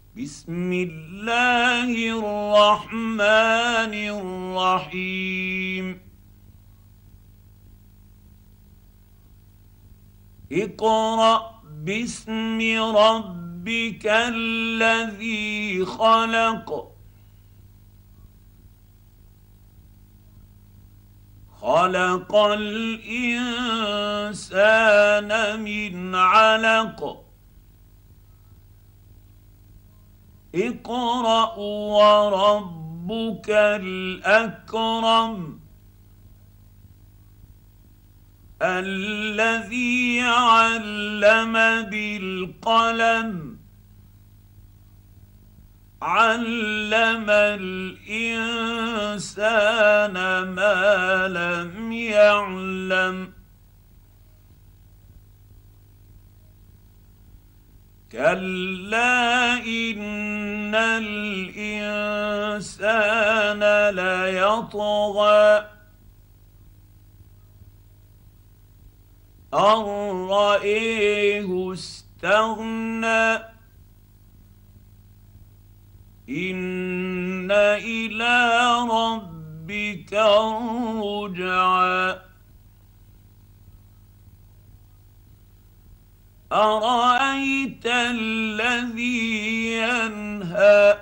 بسم الله الرحمن الرحيم. اقرأ باسم ربك الذي خلق. خلق الإنسان من علق. اقرأ وربك الأكرم الذي علم بالقلم علم الإنسان ما لم يعلم. كلا إن الإنسان ليطغى أن رآه استغنى. إن إلى ربك الرجعى. أرأيت الذي ينهى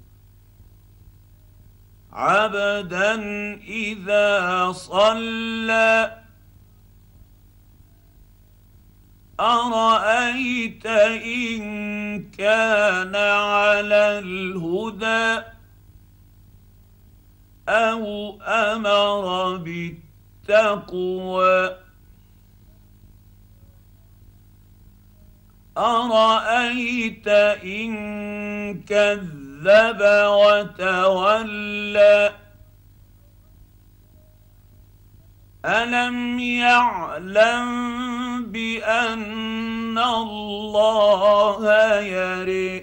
عبدا إذا صلى. أرأيت إن كان على الهدى أو أمر بالتقوى. أرأيت إن كذب وتولى. ألم يعلم بأن الله يرى.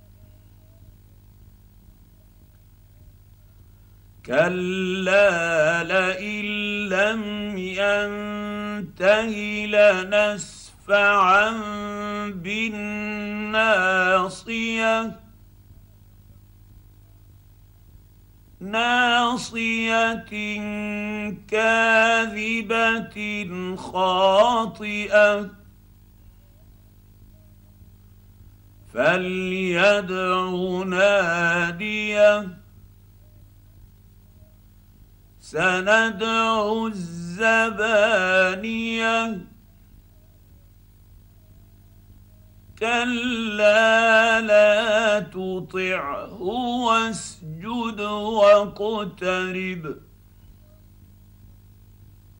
كلا لئن لم ينته لنسفعا بالناصية. ناصية كاذبة خاطئة. فليدع ناديه. سندع الزبانية. كلا لا تطعه واسجد واقترب.